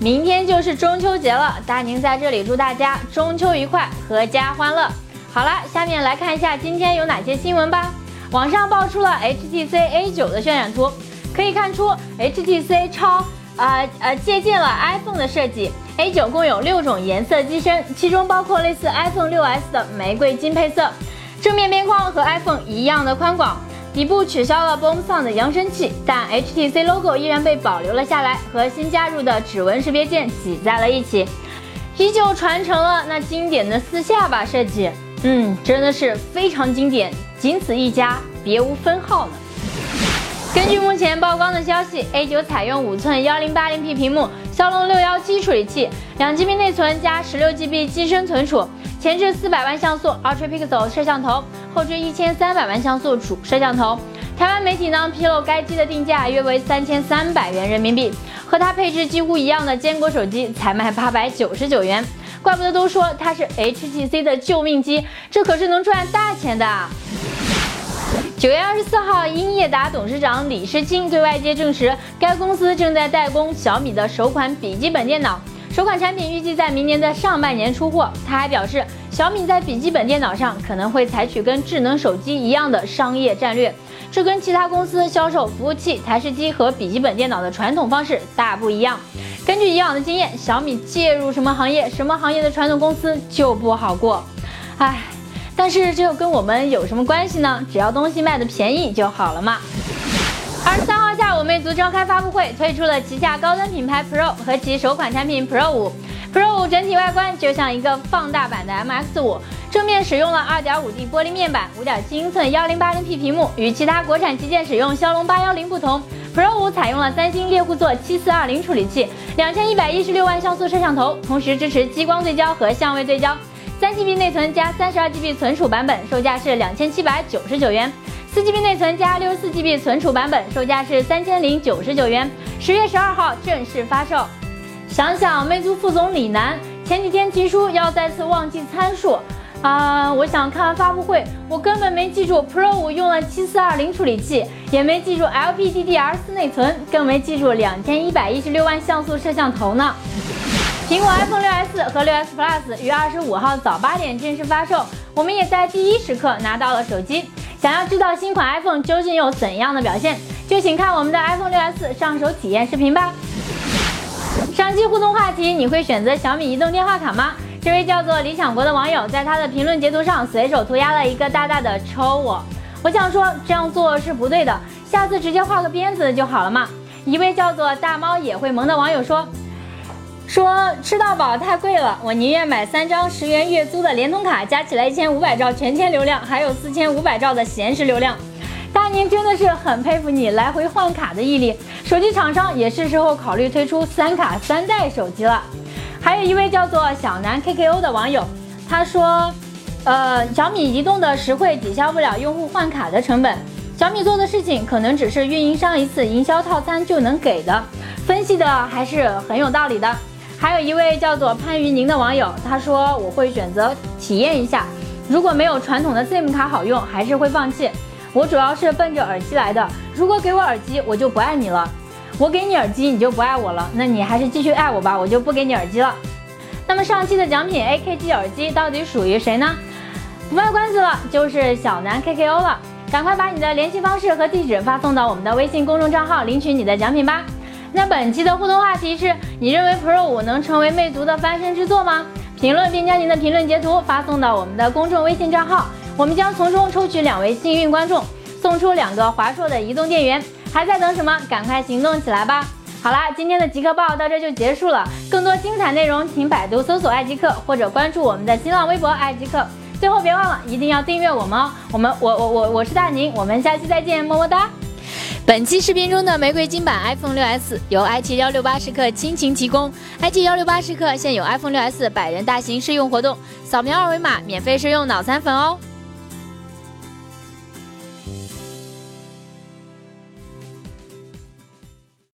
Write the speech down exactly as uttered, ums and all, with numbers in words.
明天就是中秋节了，大宁在这里祝大家中秋愉快，阖家欢乐。好了，下面来看一下今天有哪些新闻吧。网上爆出了 H T C A 九 的渲染图，可以看出 H T C 超呃呃借鉴了 iPhone 的设计。A 九 共有六种颜色机身，其中包括类似 iPhone 六 S 的玫瑰金配色，正面边框和 iPhone 一样的宽广。底部取消了 Boom Sound 的扬声器，但 H T C logo 依然被保留了下来，和新加入的指纹识别键挤在了一起，依旧传承了那经典的四下巴设计。嗯，真的是非常经典，仅此一家，别无分号呢。根据目前曝光的消息 ，A 九 采用五寸 一零八零 P 屏幕，骁龙六一七处理器，两 G B 内存加十六 G B 机身存储，前置四百万像素 Ultra Pixel 摄像头，后置一千三百万像素主摄像头。台湾媒体呢披露该机的定价约为三千三百元人民币，和它配置几乎一样的坚果手机才卖八百九十九元。怪不得都说它是 H T C 的救命机，这可是能赚大钱的啊！九月二十四号，英业达董事长李世清对外界证实，该公司正在代工小米的首款笔记本电脑，首款产品预计在明年的上半年出货。他还表示，小米在笔记本电脑上可能会采取跟智能手机一样的商业战略，这跟其他公司销售服务器、台式机和笔记本电脑的传统方式大不一样。根据以往的经验，小米介入什么行业，什么行业的传统公司就不好过。唉。但是这又跟我们有什么关系呢？只要东西卖的便宜就好了嘛。二十三号下午，魅族召开发布会，推出了旗下高端品牌 Pro 和其首款产品 Pro 五。Pro 五整体外观就像一个放大版的 M X 五，正面使用了 二点五 D 玻璃面板， 五点七英寸 一零八零 P 屏幕，与其他国产旗舰使用骁龙八一零不同。Pro 五采用了三星猎户座七四二零处理器，两千一百一十六万像素摄像头，同时支持激光对焦和相位对焦。三 G B 内存加三十二 G B 存储版本，售价是两千七百九十九元；四 G B 内存加六十四 G B 存储版本，售价是三千零九十九元。十月十二号正式发售。想想魅族副总李楠前几天提出要再次忘记参数啊、呃，我想看完发布会，我根本没记住 Pro 五用了七四二零处理器，也没记住 L P D D R 四内存，更没记住两千一百一十六万像素摄像头呢。苹果 iPhone 六 S 和 六 S Plus 于二十五号早八点正式发售，我们也在第一时刻拿到了手机。想要知道新款 iPhone 究竟有怎样的表现，就请看我们的 iPhone 六 S 上手体验视频吧。上期互动话题：你会选择小米移动电话卡吗？这位叫做理想国的网友在他的评论截图上随手涂鸦了一个大大的抽我。我想说这样做是不对的，下次直接画个鞭子就好了嘛。一位叫做大猫也会萌的网友说。说吃到饱太贵了，我宁愿买三张十元月租的联通卡，加起来一千五百兆全天流量，还有四千五百兆的闲时流量。大宁真的是很佩服你来回换卡的毅力，手机厂商也是时候考虑推出三卡三代手机了。还有一位叫做小南 K K O 的网友，他说，呃，小米移动的实惠抵消不了用户换卡的成本，小米做的事情可能只是运营商一次营销套餐就能给的，分析的还是很有道理的。还有一位叫做潘云宁的网友，他说我会选择体验一下，如果没有传统的 SIM 卡好用，还是会放弃。我主要是奔着耳机来的，如果给我耳机，我就不爱你了；我给你耳机，你就不爱我了。那你还是继续爱我吧，我就不给你耳机了。那么上期的奖品 A K G 耳机到底属于谁呢？不卖关子了，就是小南 K K O 了。赶快把你的联系方式和地址发送到我们的微信公众账号，领取你的奖品吧。那本期的互动话题是：你认为 Pro 五能成为魅族的翻身之作吗？评论并将您的评论截图发送到我们的公众微信账号，我们将从中抽取两位幸运观众，送出两个华硕的移动电源。还在等什么？赶快行动起来吧！好啦，今天的极客报到这就结束了。更多精彩内容，请百度搜索爱极客，或者关注我们的新浪微博爱极客。最后别忘了，一定要订阅我们哦！我们我我我我是大宁，我们下期再见，么么哒！本期视频中的玫瑰金版 iPhone 六 S 由 i 七一六八时刻倾情提供。i 七一六八时刻现有 iPhone 六 S 百人大型试用活动，扫描二维码免费试用脑残粉哦。